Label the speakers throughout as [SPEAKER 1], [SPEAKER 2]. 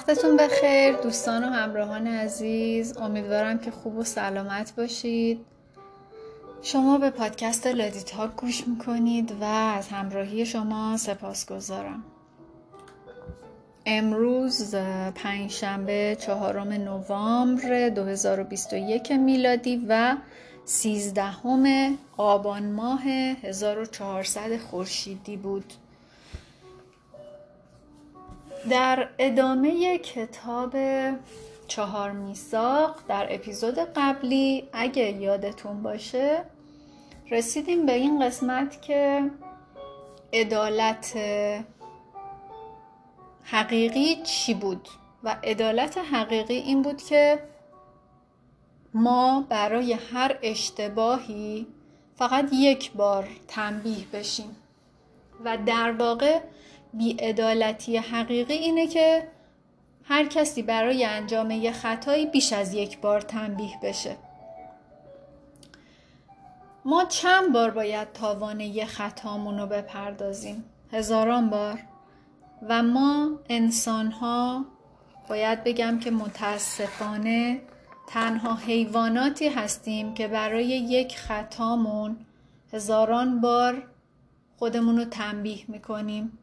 [SPEAKER 1] وقتتون بخیر دوستان و همراهان عزیز، امیدوارم که خوب و سلامت باشید. شما به پادکست لادی تاک گوش میکنید و از همراهی شما سپاسگزارم. امروز پنجشنبه 4 نوامبر 2021 میلادی و 13 آبان ماه 1400 خورشیدی بود. در ادامه کتاب 4 میثاق در اپیزود قبلی اگه یادتون باشه رسیدیم به این قسمت که عدالت حقیقی چی بود و عدالت حقیقی این بود که ما برای هر اشتباهی فقط یک بار تنبیه بشیم و در واقع بی‌عدالتی حقیقی اینه که هر کسی برای انجام یه خطایی بیش از یک بار تنبیه بشه. ما چند بار باید تاوان یه خطامون رو بپردازیم؟ هزاران بار. و ما انسان‌ها باید بگم که متاسفانه تنها حیواناتی هستیم که برای یک خطامون هزاران بار خودمون رو تنبیه میکنیم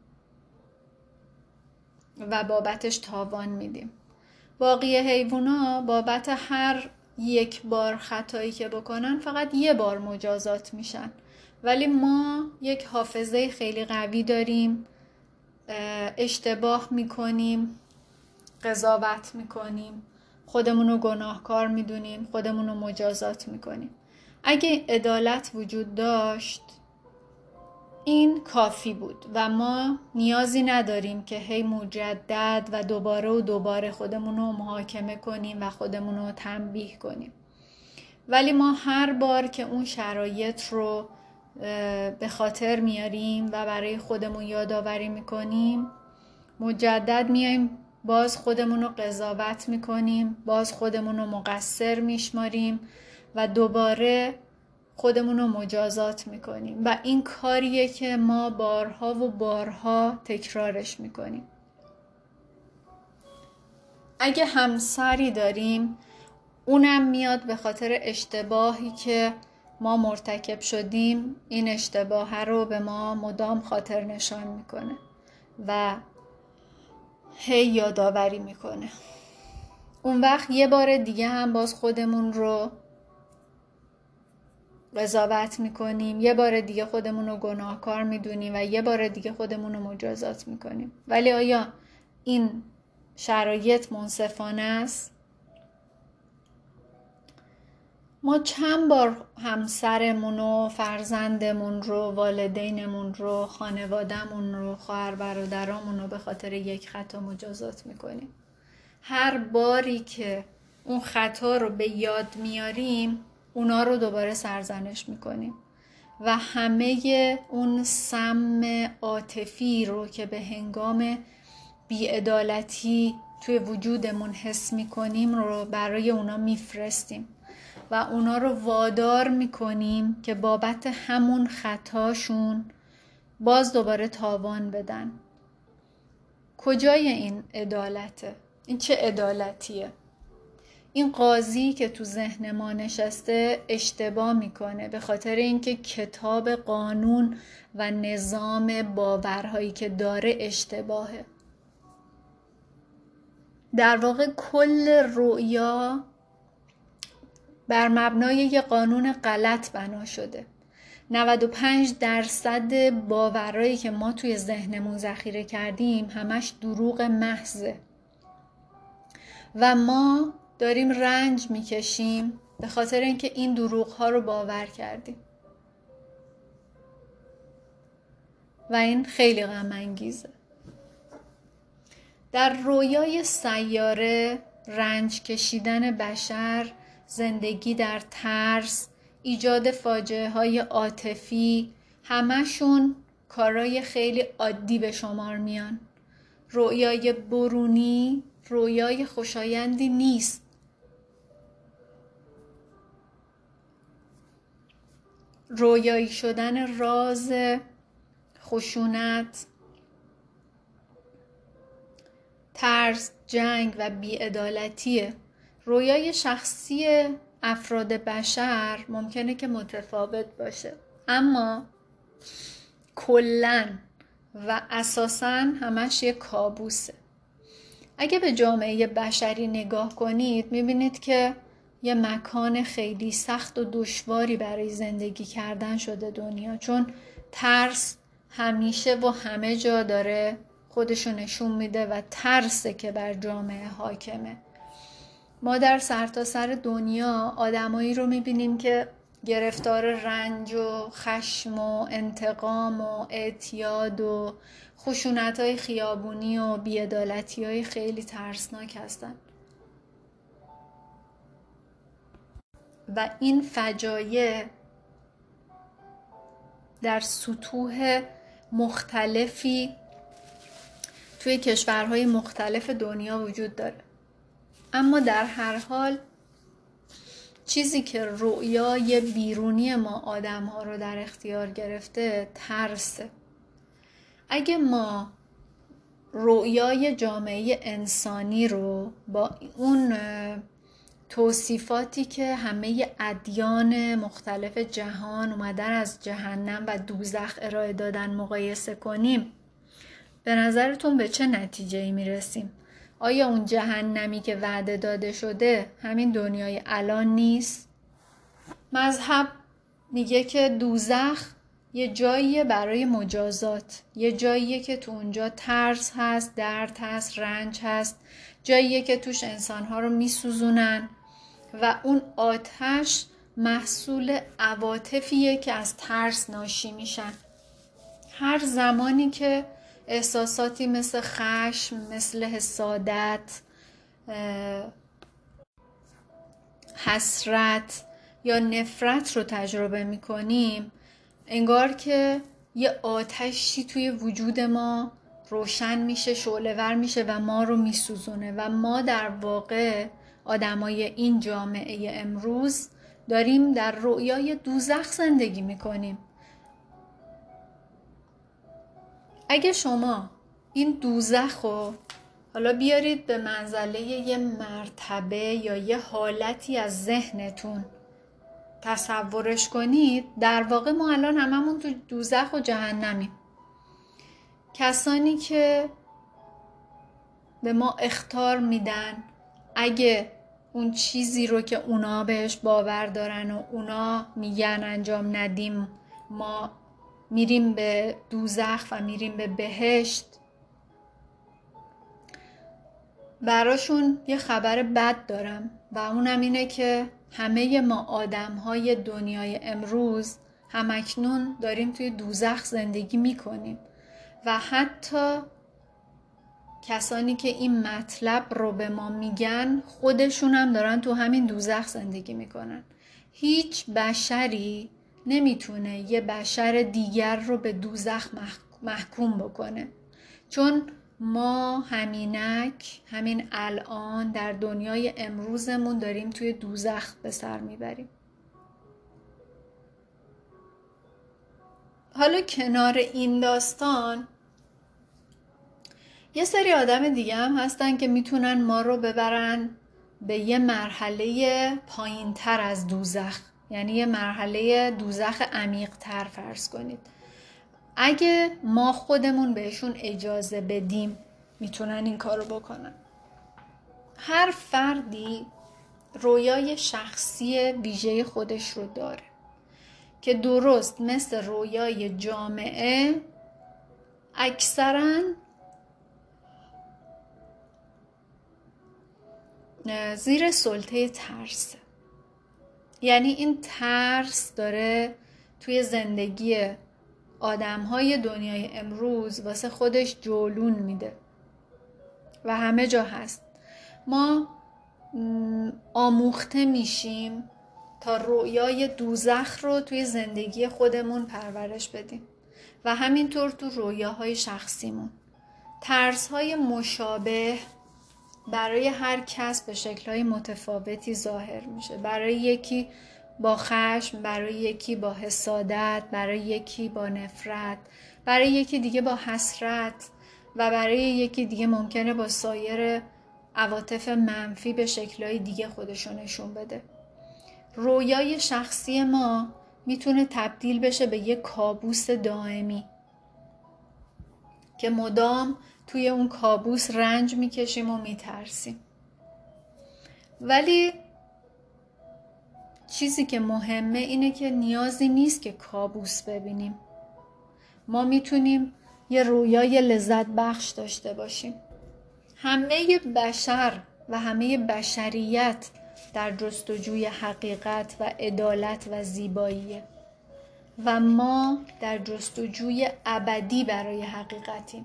[SPEAKER 1] و بابتش تاوان میدیم. باقی حیوونا بابت هر یک بار خطایی که بکنن فقط یه بار مجازات میشن، ولی ما یک حافظه خیلی قوی داریم، اشتباه میکنیم، قضاوت میکنیم، خودمون رو گناهکار میدونیم، خودمون رو مجازات میکنیم. اگه عدالت وجود داشت این کافی بود و ما نیازی نداریم که هی مجدد و دوباره خودمون رو محاکمه کنیم و خودمون رو تنبیه کنیم. ولی ما هر بار که اون شرایط رو به خاطر میاریم و برای خودمون یادآوری میکنیم مجدد میایم باز خودمون رو قضاوت میکنیم، باز خودمون رو مقصر میشماریم و دوباره خودمون رو مجازات میکنیم و این کاریه که ما بارها و بارها تکرارش میکنیم. اگه همسری داریم اونم میاد به خاطر اشتباهی که ما مرتکب شدیم این اشتباه رو به ما مدام خاطر نشان میکنه و هی یادآوری میکنه. اون وقت یه بار دیگه هم باز خودمون رو قضاوت میکنیم، یه بار دیگه خودمون رو گناهکار میدونیم و یه بار دیگه خودمون رو مجازات میکنیم. ولی آیا این شرایط منصفانه است؟ ما چند بار همسرمون رو، فرزندمون رو، والدینمون رو، خانوادهمون رو، خواهر برادرامون رو به خاطر یک خطا مجازات میکنیم؟ هر باری که اون خطا رو به یاد میاریم اونا رو دوباره سرزنش میکنیم و همه اون سم عاطفی رو که به هنگام بی‌عدالتی توی وجودمون حس میکنیم رو برای اونا میفرستیم و اونا رو وادار میکنیم که بابت همون خطاشون باز دوباره تاوان بدن. کجای این عدالته؟ این چه عدالتیه؟ این قاضی که تو ذهن ما نشسته اشتباه میکنه به خاطر اینکه کتاب قانون و نظام باورهایی که داره اشتباهه. در واقع کل رؤیا بر مبنای یه قانون غلط بنا شده. 95% باورهایی که ما توی ذهنمون ذخیره کردیم همش دروغ محضه و ما داریم رنج میکشیم به خاطر اینکه این دروغ ها رو باور کردیم و این خیلی غم انگیزه. در رویای سیاره رنج کشیدن بشر، زندگی در ترس، ایجاد فاجعه های عاطفی همشون کارای خیلی عادی به شمار میان. رویای برونی رویای خوشایندی نیست. رویایی شدن راز خشونت، ترس، جنگ و بی‌عدالتیه. رویای شخصی افراد بشر ممکنه که متفاوت باشه، اما کلاً و اساساً همش یک کابوسه. اگه به جامعه بشری نگاه کنید میبینید که یه مکان خیلی سخت و دشواری برای زندگی کردن شده دنیا، چون ترس همیشه و همه جا داره خودشو نشون میده و ترسه که بر جامعه حاکمه. ما در سرتاسر دنیا آدمایی رو میبینیم که گرفتار رنج و خشم و انتقام و اعتیاد و خشونت‌های خیابونی و بی‌عدالتی‌های خیلی ترسناک هستن و این فجایع در سطوح مختلفی توی کشورهای مختلف دنیا وجود داره. اما در هر حال چیزی که رؤیای بیرونی ما آدم‌ها رو در اختیار گرفته ترسه. اگه ما رؤیای جامعه انسانی رو با اون توصیفاتی که همه ادیان مختلف جهان اومدن از جهنم و دوزخ ارائه دادن مقایسه کنیم، به نظرتون به چه نتیجه‌ای میرسیم؟ آیا اون جهنمی که وعده داده شده همین دنیای الان نیست؟ مذهب میگه که دوزخ یه جاییه برای مجازات، یه جاییه که تو اونجا ترس هست، درد هست، رنج هست، جاییه که توش انسانها رو میسوزونن و اون آتش محصول عواطفیه که از ترس ناشی میشن. هر زمانی که احساساتی مثل خشم، مثل حسادت، حسرت یا نفرت رو تجربه میکنیم، انگار که یه آتشی توی وجود ما روشن میشه، شعله‌ور میشه و ما رو میسوزونه و ما در واقع آدمای این جامعه امروز داریم در رؤیای دوزخ زندگی میکنیم. اگه شما این دوزخ رو حالا بیارید به منزله یه مرتبه یا یه حالتی از ذهنتون تصورش کنید، در واقع ما الان هممون تو دوزخ و جهنمیم. کسانی که به ما اخطار میدن اگه اون چیزی رو که اونا بهش باور دارن و اونا میگن انجام ندیم ما میریم به دوزخ و میریم به بهشت، براشون یه خبر بد دارم و اونم اینه که همه ما آدم‌های دنیای امروز همکنون داریم توی دوزخ زندگی میکنیم و حتی کسانی که این مطلب رو به ما میگن خودشون هم دارن تو همین دوزخ زندگی میکنن. هیچ بشری نمیتونه یه بشر دیگر رو به دوزخ محکوم بکنه، چون ما همین الان در دنیای امروزمون داریم توی دوزخ به سر میبریم. حالا کنار این داستان یه سری آدم دیگه هم هستن که میتونن ما رو ببرن به یه مرحله پایین تر از دوزخ، یعنی یه مرحله دوزخ عمیق تر فرض کنید. اگه ما خودمون بهشون اجازه بدیم میتونن این کارو بکنن. هر فردی رویای شخصی ویژه خودش رو داره که درست مثل رویای جامعه اکثراً زیر سلطه ترس. یعنی این ترس داره توی زندگی آدم‌های دنیای امروز واسه خودش جولون میده و همه جا هست. ما آموخته میشیم تا رؤیای دوزخ رو توی زندگی خودمون پرورش بدیم و همینطور تو رویاهای شخصیمون. ترس‌های مشابه برای هر کس به شکل‌های متفاوتی ظاهر میشه. برای یکی با خشم، برای یکی با حسادت، برای یکی با نفرت، برای یکی دیگه با حسرت، و برای یکی دیگه ممکنه با سایر عواطف منفی به شکل‌های دیگه خودشو نشون بده. رویای شخصی ما میتونه تبدیل بشه به یک کابوس دائمی که مدام توی اون کابوس رنج میکشیم و میترسیم. ولی چیزی که مهمه اینه که نیازی نیست که کابوس ببینیم. ما میتونیم یه رویای لذت بخش داشته باشیم. همه بشر و همه بشریت در جستجوی حقیقت و عدالت و زیباییه و ما در جستجوی ابدی برای حقیقتیم.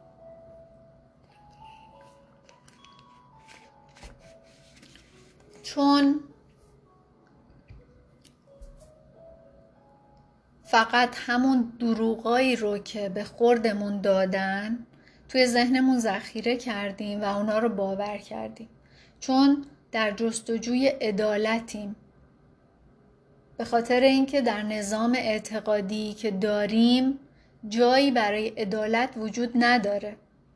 [SPEAKER 1] چون فقط همون دروغایی رو که به خوردمون دادن توی ذهنمون ذخیره کردیم و اونا رو باور کردیم. چون در جستجوی عدالتیم. به خاطر اینکه در نظام اعتقادی که داریم جایی برای عدالت وجود نداره.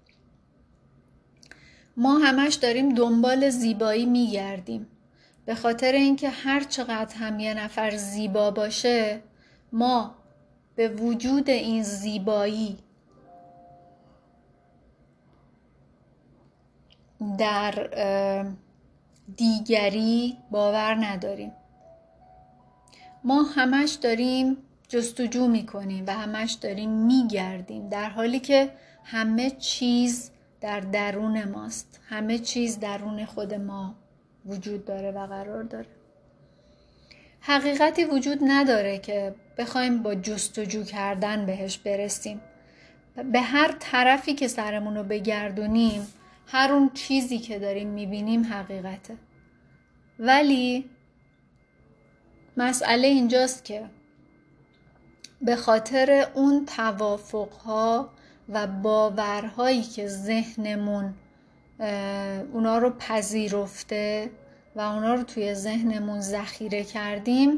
[SPEAKER 1] ما همش داریم دنبال زیبایی میگردیم. به خاطر اینکه هر چقدر هم یه نفر زیبا باشه، ما به وجود این زیبایی در دیگری باور نداریم. ما همش داریم جستجو میکنیم و همش داریم میگردیم، در حالی که همه چیز در درون ماست. همه چیز درون خود ما وجود داره و قرار داره. حقیقتی وجود نداره که بخوایم با جستجو کردن بهش برسیم. به هر طرفی که سرمون رو بگردونیم، هر اون چیزی که داریم میبینیم حقیقته. ولی مسئله اینجاست که به خاطر اون توافقها و باورهایی که ذهنمون اونا رو پذیرفته و اونا رو توی ذهنمون ذخیره کردیم،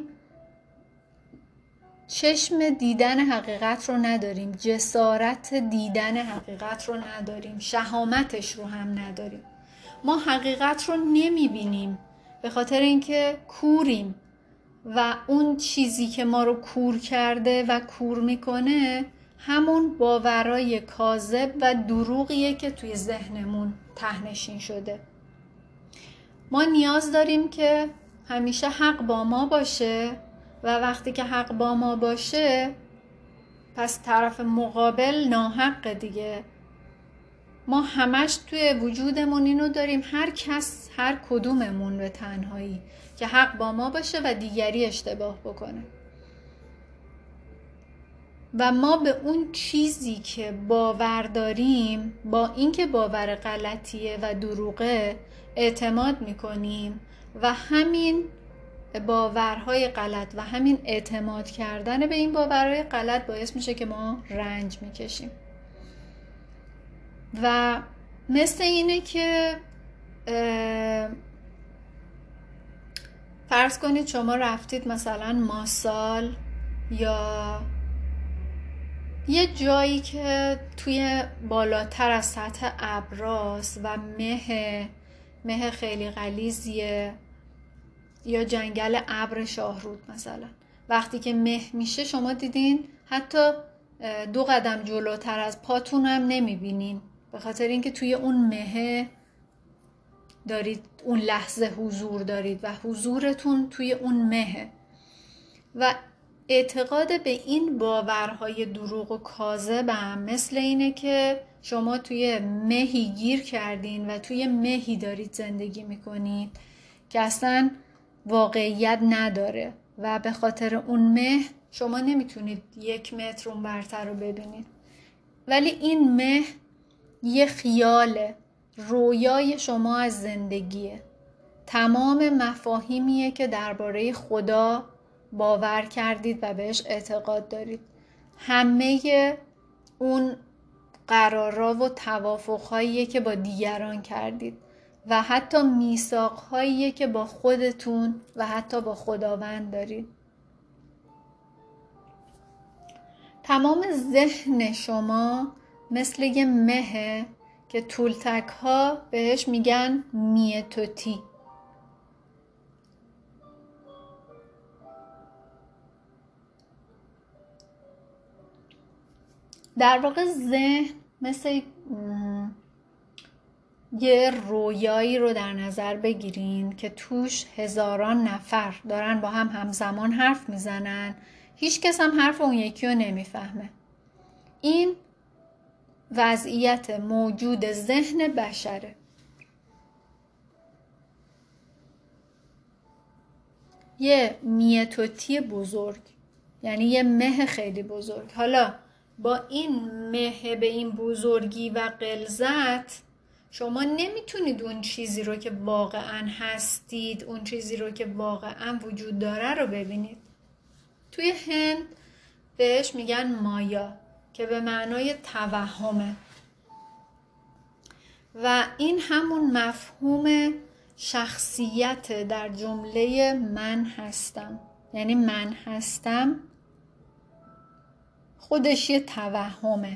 [SPEAKER 1] چشم دیدن حقیقت رو نداریم، جسارت دیدن حقیقت رو نداریم، شهامتش رو هم نداریم. ما حقیقت رو نمیبینیم به خاطر اینکه کوریم و اون چیزی که ما رو کور کرده و کور میکنه همون باورای کاذب و دروغیه که توی ذهنمون تهنشین شده. ما نیاز داریم که همیشه حق با ما باشه و وقتی که حق با ما باشه پس طرف مقابل ناحق دیگه. ما همش توی وجودمون اینو داریم، هر کس، هر کدوممون به تنهایی، که حق با ما باشه و دیگری اشتباه بکنه. و ما به اون چیزی که باور داریم، با اینکه باور غلطیه و دروغه، اعتماد میکنیم و همین باورهای غلط و همین اعتماد کردن به این باورهای غلط باعث میشه که ما رنج میکشیم. و مثل اینه که فرض کنید شما رفتید مثلا ماسال یا یه جایی که توی بالاتر از سطح ابراست و مه خیلی غلیظیه، یا جنگل ابر شاهرود مثلا. وقتی که مه میشه شما دیدین حتی 2 قدم جلوتر از پاتون هم نمیبینین، به خاطر اینکه توی اون مه دارید، اون لحظه حضور دارید و حضورتون توی اون مه. و اعتقاد به این باورهای دروغ و کاذب هم مثل اینه که شما توی مهی گیر کردین و توی مهی دارید زندگی میکنید که اصلا واقعیت نداره و به خاطر اون مه شما نمیتونید 1 متر اون برتر رو ببینید. ولی این مه یه خیاله، رویای شما از زندگیه. تمام مفاهیمیه که درباره خدا باور کردید و بهش اعتقاد دارید. همه اون قرارا و توافقهاییه که با دیگران کردید و حتی میثاقهاییه که با خودتون و حتی با خداوند دارید. تمام ذهن شما مثل یه مهه که تولتک ها بهش میگن میتوتی. در واقع ذهن مثل یه رویایی رو در نظر بگیرین که توش هزاران نفر دارن با هم همزمان حرف میزنن، هیچ کس هم حرف اون یکی رو نمیفهمه. این وضعیت موجود ذهن بشره. یه میتوتی بزرگ، یعنی یه مه خیلی بزرگ. حالا با این مه به این بزرگی و غلظت شما نمیتونید اون چیزی رو که واقعا هستید، اون چیزی رو که واقعا وجود داره رو ببینید. توی هند بهش میگن مایا که به معنای توهمه و این همون مفهوم شخصیت در جمله من هستم. یعنی من هستم خودش یه توهمه.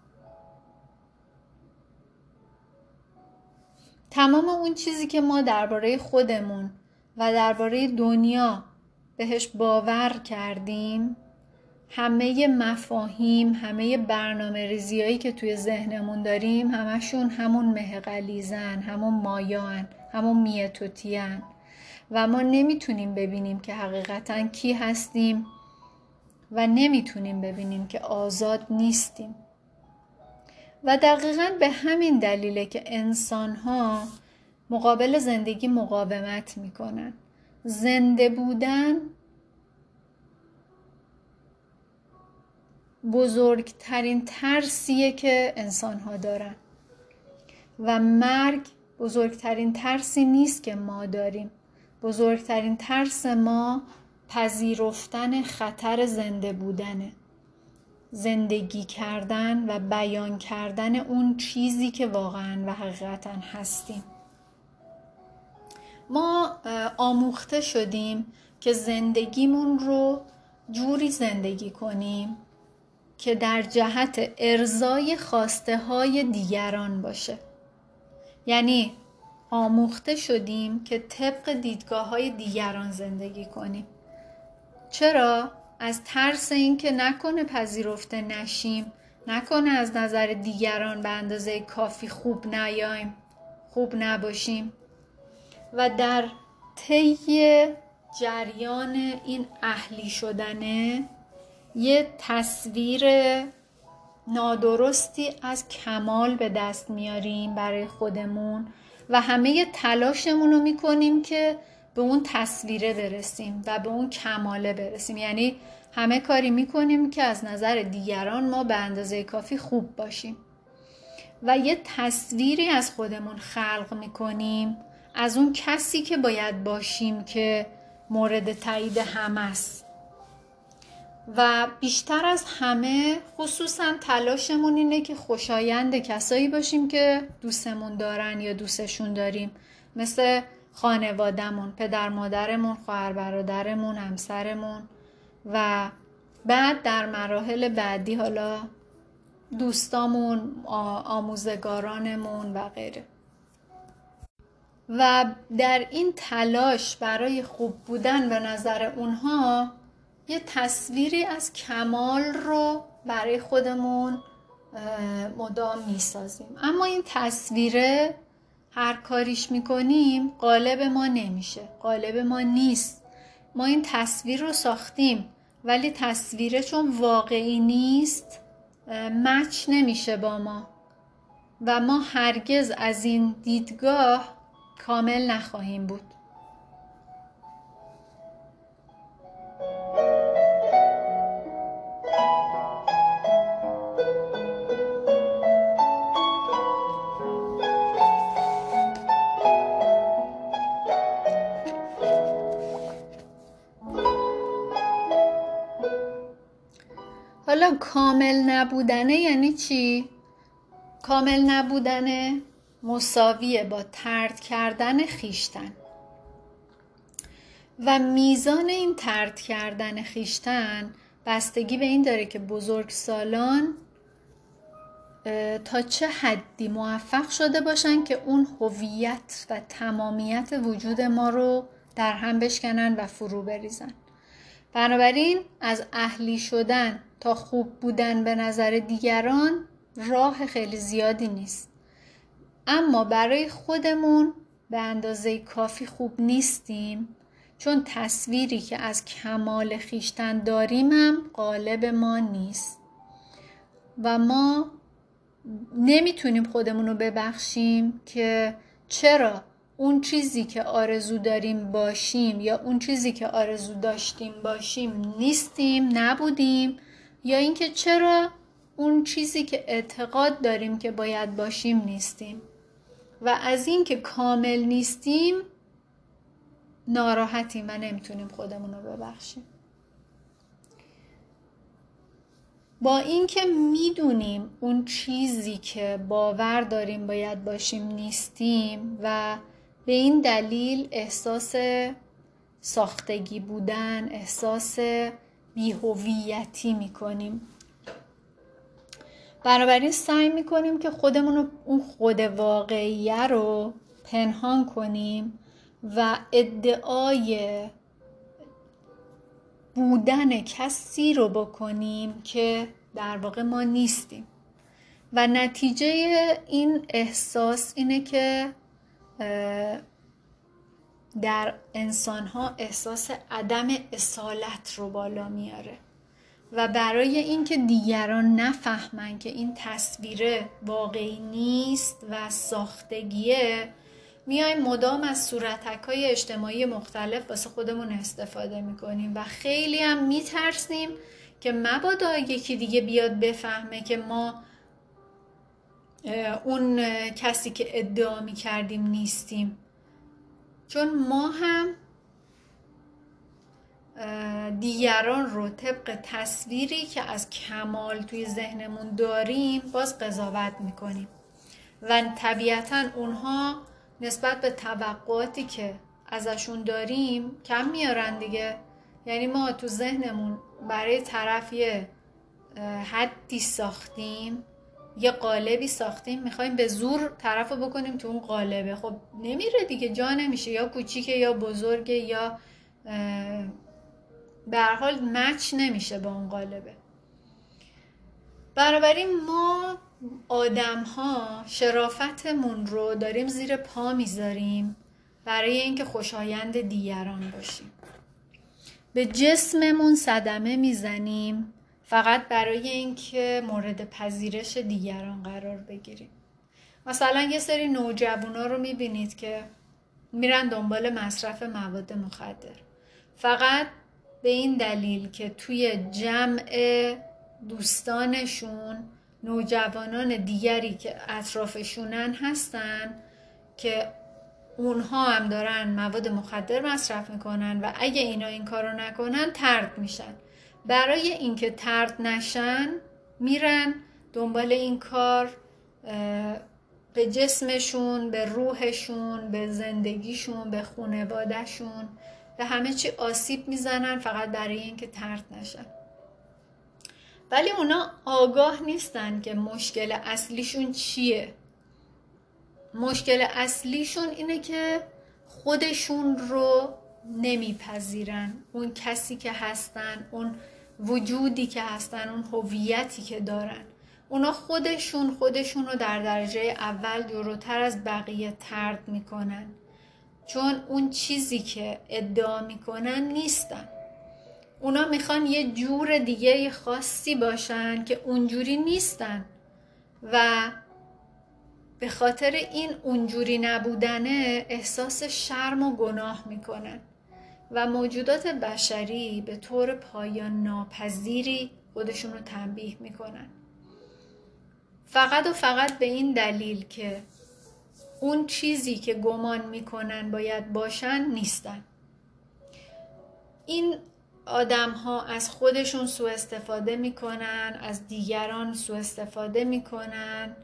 [SPEAKER 1] تمام اون چیزی که ما درباره خودمون و درباره دنیا بهش باور کردیم، همه مفاهیم، همه برنامه ریزیایی که توی ذهنمون داریم، همشون همون مه غلیظن، همون مایان، همون میتوتیان و ما نمیتونیم ببینیم که حقیقتاً کی هستیم و نمیتونیم ببینیم که آزاد نیستیم. و دقیقاً به همین دلیله که انسان‌ها مقابل زندگی مقاومت میکنن. زنده بودن بزرگترین ترسیه که انسان‌ها دارن و مرگ بزرگترین ترسی نیست که ما داریم. بزرگترین ترس ما پذیرفتن خطر زنده بودنه، زندگی کردن و بیان کردن اون چیزی که واقعاً و حقیقتاً هستیم. ما آموخته شدیم که زندگیمون رو جوری زندگی کنیم که در جهت ارضای خواسته های دیگران باشه. یعنی آموخته شدیم که طبق دیدگاه های دیگران زندگی کنیم. چرا؟ از ترس این که نکنه پذیرفته نشیم، نکنه از نظر دیگران به اندازه کافی خوب نیاییم، خوب نباشیم. و در طی جریان این اهلی شدنه یه تصویر نادرستی از کمال به دست میاریم برای خودمون و همه تلاشمون رو میکنیم که به اون تصویره برسیم و به اون کماله برسیم. یعنی همه کاری میکنیم که از نظر دیگران ما به اندازه کافی خوب باشیم و یه تصویری از خودمون خلق میکنیم، از اون کسی که باید باشیم که مورد تایید همه است. و بیشتر از همه خصوصا تلاشمون اینه که خوشایند کسایی باشیم که دوستمون دارن یا دوستشون داریم، مثل خانوادهمون، پدر مادرمون، خواهر برادرمون، همسرمون و بعد در مراحل بعدی حالا دوستامون، آموزگارانمون و غیره. و در این تلاش برای خوب بودن به نظر اونها یه تصویری از کمال رو برای خودمون مدام میسازیم. اما این تصویره هر کاریش میکنیم غالب ما نمیشه، غالب ما نیست. ما این تصویر رو ساختیم ولی تصویره چون واقعی نیست مچ نمیشه با ما و ما هرگز از این دیدگاه کامل نخواهیم بود. حالا کامل نبودنه یعنی چی؟ کامل نبودنه مساویه با طرد کردن خیشتن و میزان این طرد کردن خیشتن بستگی به این داره که بزرگسالان تا چه حدی موفق شده باشن که اون هویت و تمامیت وجود ما رو در هم بشکنن و فرو بریزن. بنابراین از اهلی شدن تا خوب بودن به نظر دیگران راه خیلی زیادی نیست، اما برای خودمون به اندازه کافی خوب نیستیم، چون تصویری که از کمال خویشتن داریم هم غالب ما نیست و ما نمیتونیم خودمون رو ببخشیم که چرا اون چیزی که آرزو داریم باشیم یا اون چیزی که آرزو داشتیم باشیم نیستیم، نبودیم، یا اینکه چرا اون چیزی که اعتقاد داریم که باید باشیم نیستیم. و از این که کامل نیستیم ناراحتیم و نمیتونیم خودمون رو ببخشیم. با اینکه میدونیم اون چیزی که باور داریم باید باشیم نیستیم و به این دلیل احساس ساختگی بودن، احساس بی‌هویتی میکنیم. بنابراین سعی میکنیم که خودمون رو، اون خود واقعیه رو پنهان کنیم و ادعای بودن کسی رو بکنیم که در واقع ما نیستیم و نتیجه این احساس اینه که در انسان‌ها احساس عدم اصالت رو بالا میاره و برای اینکه دیگران نفهمن که این تصویر واقعی نیست و ساختگیه، میایم مدام از صورتک‌های اجتماعی مختلف واسه خودمون استفاده میکنیم و خیلی هم میترسیم که مبادا یکی دیگه بیاد بفهمه که ما اون کسی که ادعا میکردیم نیستیم، چون ما هم دیگران رو طبق تصویری که از کمال توی ذهنمون داریم باز قضاوت میکنیم و طبیعتاً اونها نسبت به توقعاتی که ازشون داریم کم میارن دیگه. یعنی ما تو ذهنمون برای طرف یه حدی ساختیم، یه قالبی ساختیم، میخوایم به زور طرف رو بکنیم تو اون قالبه. خب نمیره دیگه، جا نمیشه، یا کوچیکه یا بزرگه یا به هر حال مچ نمیشه با اون قالبه. بنابراین ما آدم ها شرافتمون رو داریم زیر پا میذاریم برای اینکه خوشایند دیگران باشیم. به جسممون صدمه میزنیم فقط برای اینکه مورد پذیرش دیگران قرار بگیریم. مثلا یه سری نوجوانا رو میبینید که میرن دنبال مصرف مواد مخدر فقط به این دلیل که توی جمع دوستانشون نوجوانان دیگری که اطرافشونن هستن که اونها هم دارن مواد مخدر مصرف میکنن و اگه اینا این کارو نکنن طرد میشن. برای اینکه طرد نشن میرن دنبال این کار، به جسمشون، به روحشون، به زندگیشون، به خانوادهشون، به همه چی آسیب میزنن فقط برای اینکه طرد نشن. ولی اونا آگاه نیستن که مشکل اصلیشون چیه. مشکل اصلیشون اینه که خودشون رو نمیپذیرن، اون کسی که هستن، اون وجودی که هستن، اون هویتی که دارن. اونا خودشون رو در درجه اول جلوتر از بقیه طرد میکنن، چون اون چیزی که ادعا میکنن نیستن. اونا میخوان یه جور دیگه خاصی باشن که اونجوری نیستن و به خاطر این اونجوری نبودنه احساس شرم و گناه میکنن و موجودات بشری به طور پایان ناپذیری خودشون رو تنبیه میکنن، فقط و فقط به این دلیل که اون چیزی که گمان میکنن باید باشن نیستن. این آدم ها از خودشون سوء استفاده میکنن، از دیگران سوء استفاده میکنن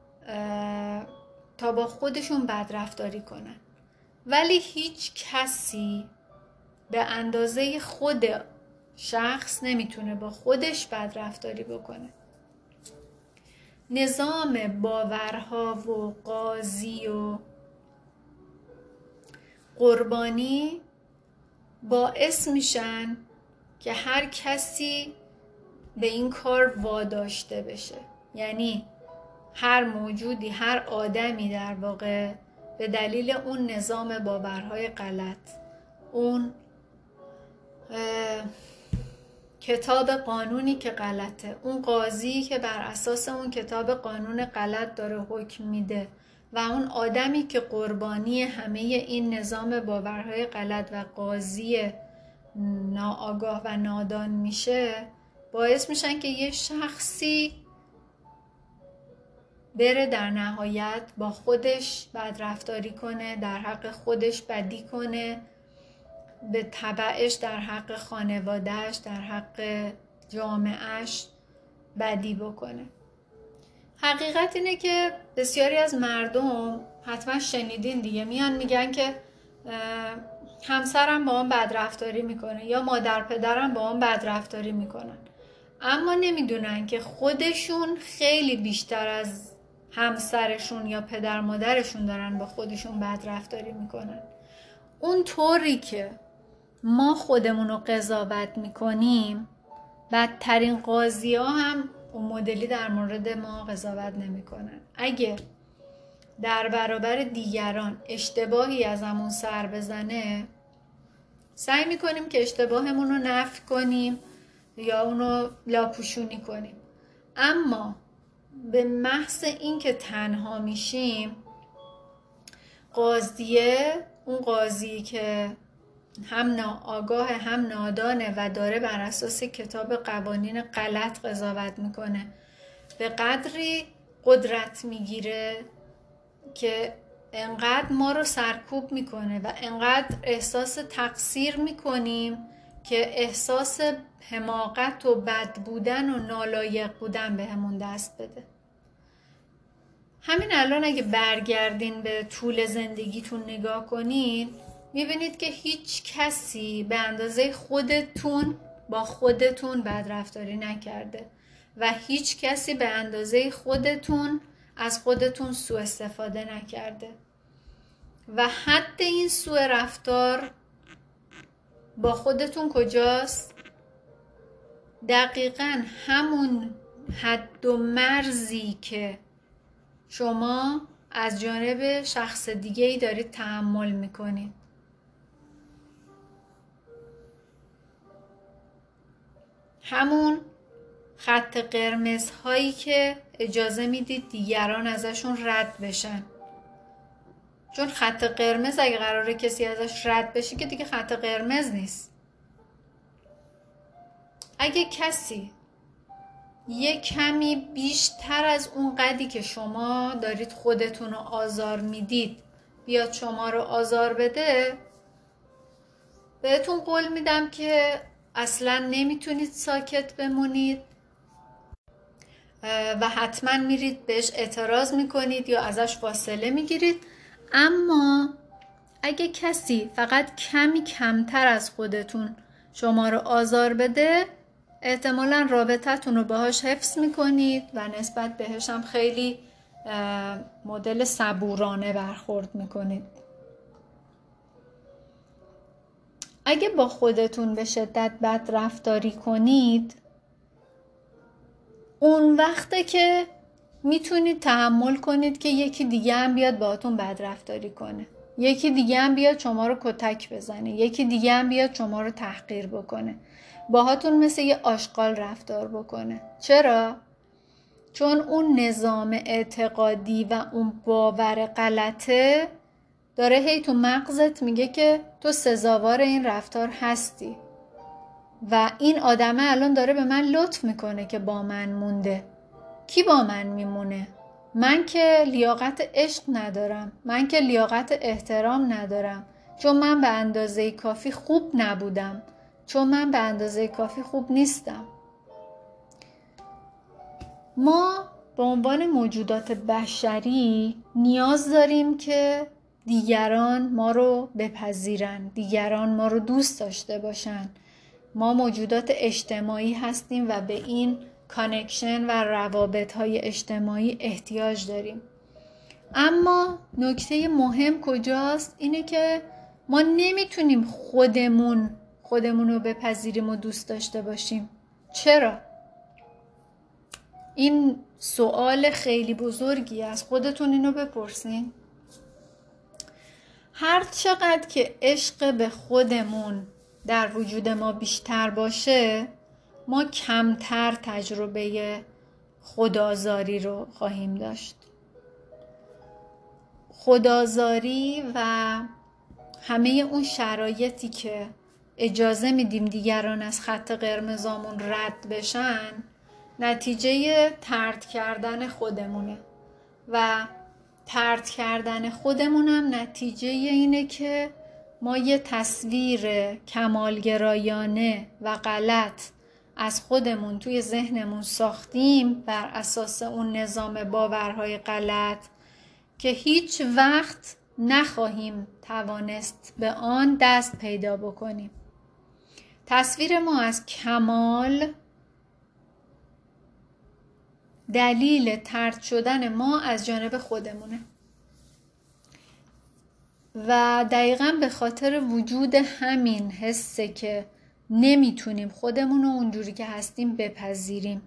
[SPEAKER 1] تا با خودشون بدرفتاری کنن، ولی هیچ کسی به اندازه خود شخص نمیتونه با خودش بدرفتاری بکنه. نظام باورها و قاضی و قربانی باعث میشن که هر کسی به این کار واداشته بشه. یعنی هر موجودی، هر آدمی در واقع به دلیل اون نظام باورهای غلط، اون کتاب قانونی که غلطه، اون قاضی که بر اساس اون کتاب قانون غلط داره حکم میده و اون آدمی که قربانی همه این نظام باورهای غلط و قاضی ناآگاه و نادان میشه، باعث میشن که یه شخصی بره در نهایت با خودش بدرفتاری کنه، در حق خودش بدی کنه، به تبعش در حق خانوادهش، در حق جامعهش بدی بکنه. حقیقت اینه که بسیاری از مردم حتما شنیدین دیگه، میان میگن که همسرم با من بدرفتاری میکنه یا مادر پدرم با من بدرفتاری میکنن، اما نمیدونن که خودشون خیلی بیشتر از همسرشون یا پدر مادرشون دارن با خودشون بدرفتاری میکنن. اون طوری که ما خودمون رو قضاوت میکنیم، بدترین قاضی ها هم اون مدلی در مورد ما قضاوت نمیکنن. اگه در برابر دیگران اشتباهی از همون سر بزنه، سعی میکنیم که اشتباهمون رو نفی کنیم یا اونو لاپوشونی کنیم. اما به محض این که تنها میشیم، قاضیه، اون قاضی که هم ناآگاه هم نادانه و داره بر اساس کتاب قوانین غلط قضاوت میکنه، به قدری قدرت میگیره که انقدر ما رو سرکوب میکنه و انقدر احساس تقصیر میکنیم که احساس حماقت و بد بودن و نالایق بودن به همون دست بده. همین الان اگه برگردین به طول زندگیتون نگاه کنین، میبینید که هیچ کسی به اندازه خودتون با خودتون بدرفتاری نکرده و هیچ کسی به اندازه خودتون از خودتون سوء استفاده نکرده و حد این سوء رفتار با خودتون کجاست؟ دقیقاً همون حد و مرزی که شما از جانب شخص دیگه‌ای دارید تحمل میکنید. همون خط قرمز هایی که اجازه میدید دیگران ازشون رد بشن. چون خط قرمز اگه قراره کسی ازش رد بشه که دیگه خط قرمز نیست. اگه کسی یه کمی بیشتر از اون قدری که شما دارید خودتون رو آزار میدید بیاد شما رو آزار بده، بهتون قول میدم که اصلا نمیتونید ساکت بمونید و حتما میرید بهش اعتراض میکنید یا ازش فاصله میگیرید. اما اگه کسی فقط کمی کمتر از خودتون شما رو آزار بده، احتمالاً رابطتون رو باهاش حفظ میکنید و نسبت بهش هم خیلی مدل صبورانه برخورد میکنید. اگه با خودتون به شدت بد رفتاری کنید، اون وقته که میتونید تحمل کنید که یکی دیگه هم بیاد باهاتون بد رفتاری کنه، یکی دیگه هم بیاد شما رو کتک بزنه، یکی دیگه هم بیاد شما رو تحقیر بکنه، باهاتون مثل یه آشغال رفتار بکنه. چرا؟ چون اون نظام اعتقادی و اون باور غلطه داره هی تو مغزت میگه که تو سزاوار این رفتار هستی و این آدمه الان داره به من لطف میکنه که با من مونده. کی با من میمونه؟ من که لیاقت عشق ندارم، من که لیاقت احترام ندارم، چون من به اندازه کافی خوب نبودم، چون من به اندازه کافی خوب نیستم. ما به عنوان موجودات بشری نیاز داریم که دیگران ما رو بپذیرن، دیگران ما رو دوست داشته باشن. ما موجودات اجتماعی هستیم و به این کانکشن و روابط‌های اجتماعی احتیاج داریم. اما نکته مهم کجاست؟ اینه که ما نمیتونیم خودمون رو بپذیریم و دوست داشته باشیم. چرا؟ این سوال خیلی بزرگی است. خودتون اینو بپرسین. هر چقدر که عشق به خودمون در وجود ما بیشتر باشه، ما کمتر تجربه خودآزاری رو خواهیم داشت. خودآزاری و همه اون شرایطی که اجازه میدیم دیگران از خط قرمزامون رد بشن، نتیجه طرد کردن خودمونه و طرد کردن خودمونم نتیجه اینه که ما یه تصویر کمالگرایانه و غلط از خودمون توی ذهنمون ساختیم بر اساس اون نظام باورهای غلط که هیچ وقت نخواهیم توانست به آن دست پیدا بکنیم. تصویر ما از کمال دلیل طرد شدن ما از جانب خودمونه و دقیقاً به خاطر وجود همین حسه که نمیتونیم خودمون رو اونجوری که هستیم بپذیریم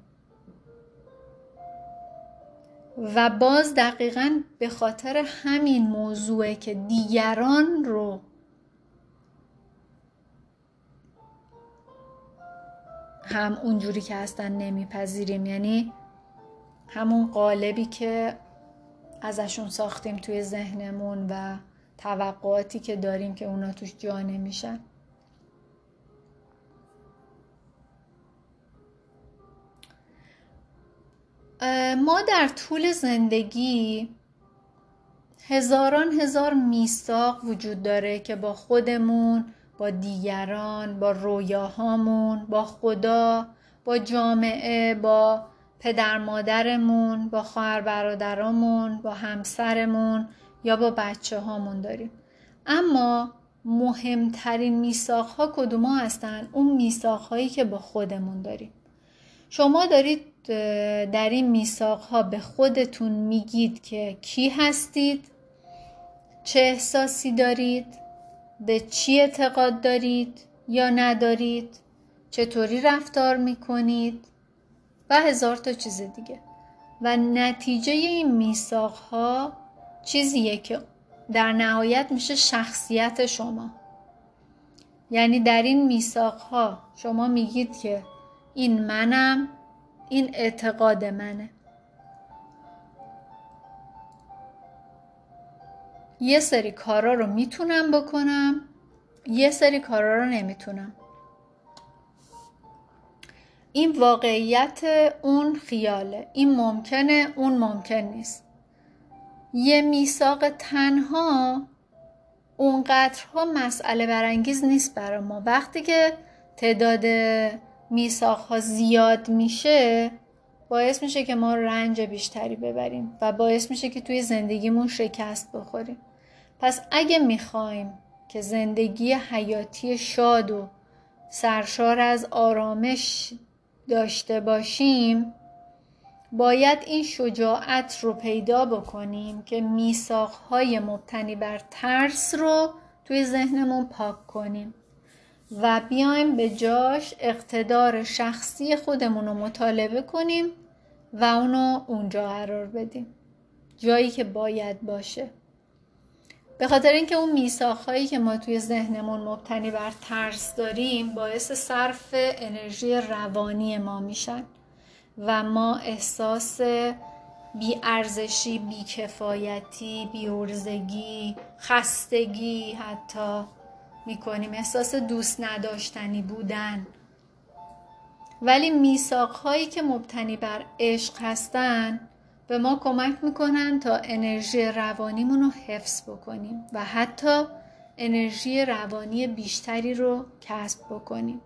[SPEAKER 1] و باز دقیقاً به خاطر همین موضوعه که دیگران رو هم اونجوری که هستن نمیپذیریم، یعنی همون قالبی که ازشون ساختیم توی ذهنمون و توقعاتی که داریم که اونا توش جا نمیشن. ما در طول زندگی هزار میثاق وجود داره که با خودمون، با دیگران، با رویاهامون، با خدا، با جامعه، با پدر مادرمون، با خواهر برادرامون، با همسرمون یا با بچه هامون داریم. اما مهمترین میثاق‌ها کدوما هستن؟ اون میثاق‌هایی که با خودمون داریم. شما دارید در این میثاق‌ها به خودتون میگید که کی هستید، چه احساسی دارید، به چی اعتقاد دارید یا ندارید، چطوری رفتار میکنید و هزار تا چیز دیگه. و نتیجه این میثاق‌ها چیزیه که در نهایت میشه شخصیت شما. یعنی در این میثاق‌ها شما میگید که این منم، این اعتقاد منه. یه سری کارا رو میتونم بکنم، یه سری کارا رو نمیتونم. این واقعیت، اون خیاله. این ممکنه، اون ممکن نیست. یه میثاق تنها اونقدرها مسئله برانگیز نیست برای ما. وقتی که تعداد میثاق‌ها زیاد میشه، باعث میشه که ما رنج بیشتری ببریم و باعث میشه که توی زندگیمون شکست بخوریم. پس اگه میخوایم که زندگی حیاتی شاد و سرشار از آرامش داشته باشیم، باید این شجاعت رو پیدا بکنیم که میثاق‌های مبتنی بر ترس رو توی ذهنمون پاک کنیم و بیایم به جاش اقتدار شخصی خودمون رو مطالبه کنیم و اونو اونجا قرار بدیم، جایی که باید باشه. به خاطر اینکه اون میثاق‌هایی که ما توی ذهنمون مبتنی بر ترس داریم باعث صرف انرژی روانی ما میشن و ما احساس بی‌ارزشی، بی‌کفایتی، بی‌عرضگی، خستگی حتی میکنیم، احساس دوست نداشتنی بودن. ولی میثاق‌هایی که مبتنی بر عشق هستن به ما کمک میکنن تا انرژی روانیمون رو حفظ بکنیم و حتی انرژی روانی بیشتری رو کسب بکنیم.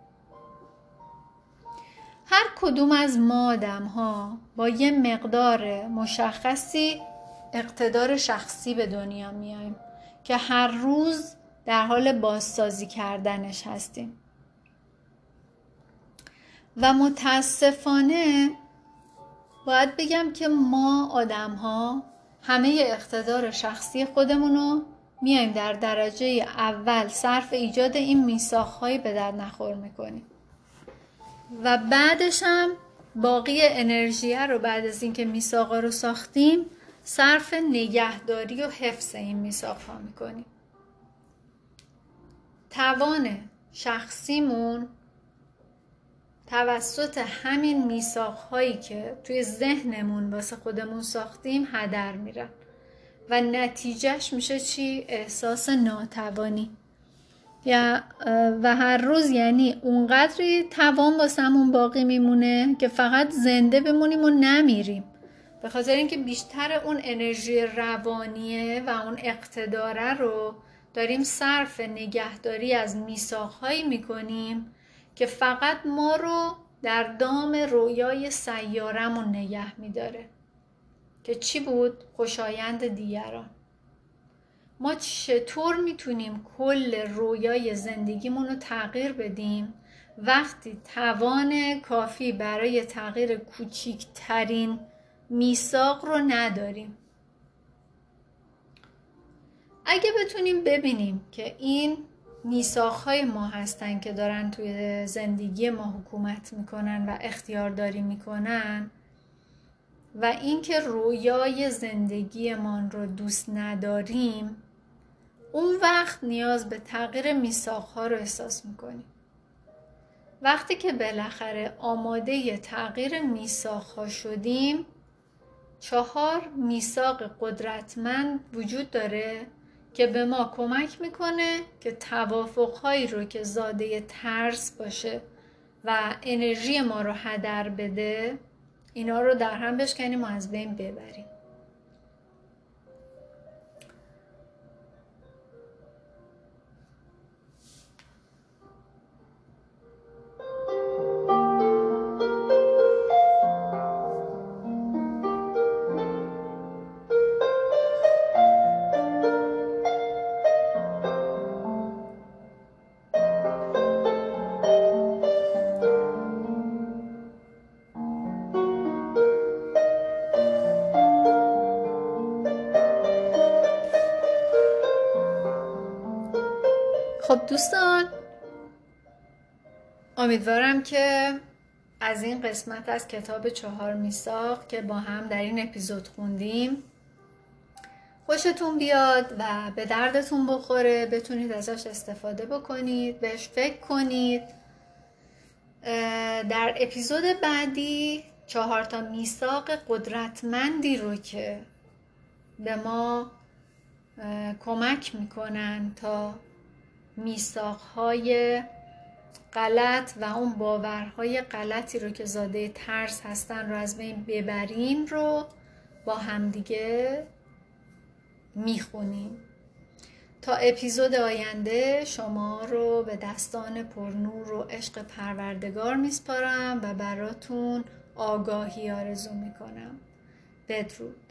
[SPEAKER 1] هر کدوم از ما آدم‌ها با یه مقدار مشخصی اقتدار شخصی به دنیا میایم که هر روز در حال بازسازی کردنش هستیم. و متاسفانه باید بگم که ما آدم ها همه اقتدار شخصی خودمونو میایم در درجه اول صرف ایجاد این میثاق‌های به درد نخور میکنیم و بعدش هم باقی انرژی رو بعد از اینکه میثاقا رو ساختیم صرف نگهداری و حفظ این میثاق‌ها میکنیم. توان شخصیمون توسط همین میثاق‌هایی که توی ذهنمون واسه خودمون ساختیم هدر میرن و نتیجهش میشه چی؟ احساس ناتوانی. و هر روز یعنی اونقدری توان واسمون باقی میمونه که فقط زنده بمونیم و نمیریم، به خاطر اینکه بیشتر اون انرژی روانیه و اون اقتداره رو داریم صرف نگهداری از میثاق‌هایی میکنیم که فقط ما رو در دام رویای سیارمون نگه میداره که چی بود؟ خوشایند دیگران. ما چطور میتونیم کل رویای زندگیمون رو تغییر بدیم وقتی توان کافی برای تغییر کوچکترین میثاق رو نداریم؟ اگه بتونیم ببینیم که این میثاق‌های ما هستن که دارن توی زندگی ما حکومت میکنن و اختیارداری میکنن و اینکه رویای زندگیمان رو دوست نداریم، اون وقت نیاز به تغییر میثاق‌ها رو احساس میکنیم. وقتی که بالاخره آماده تغییر میثاق‌ها شدیم، 4 میثاق قدرتمند وجود داره که به ما کمک میکنه که توافق‌هایی رو که زاده ترس باشه و انرژی ما رو هدر بده، اینا رو در هم بشکنیم و از بین ببریم. خب دوستان، امیدوارم که از این قسمت از کتاب 4 میثاق که با هم در این اپیزود خوندیم خوشتون بیاد و به دردتون بخوره، بتونید ازش استفاده بکنید، بهش فکر کنید. در اپیزود بعدی 4 میثاق قدرتمندی رو که به ما کمک میکنن تا میثاق‌های غلط و اون باورهای غلطی رو که زاده ترس هستن رو از بین ببریم رو با همدیگه میخونیم. تا اپیزود آینده شما رو به دستان پرنور و عشق پروردگار میسپارم و براتون آگاهی آرزو میکنم. بدرود.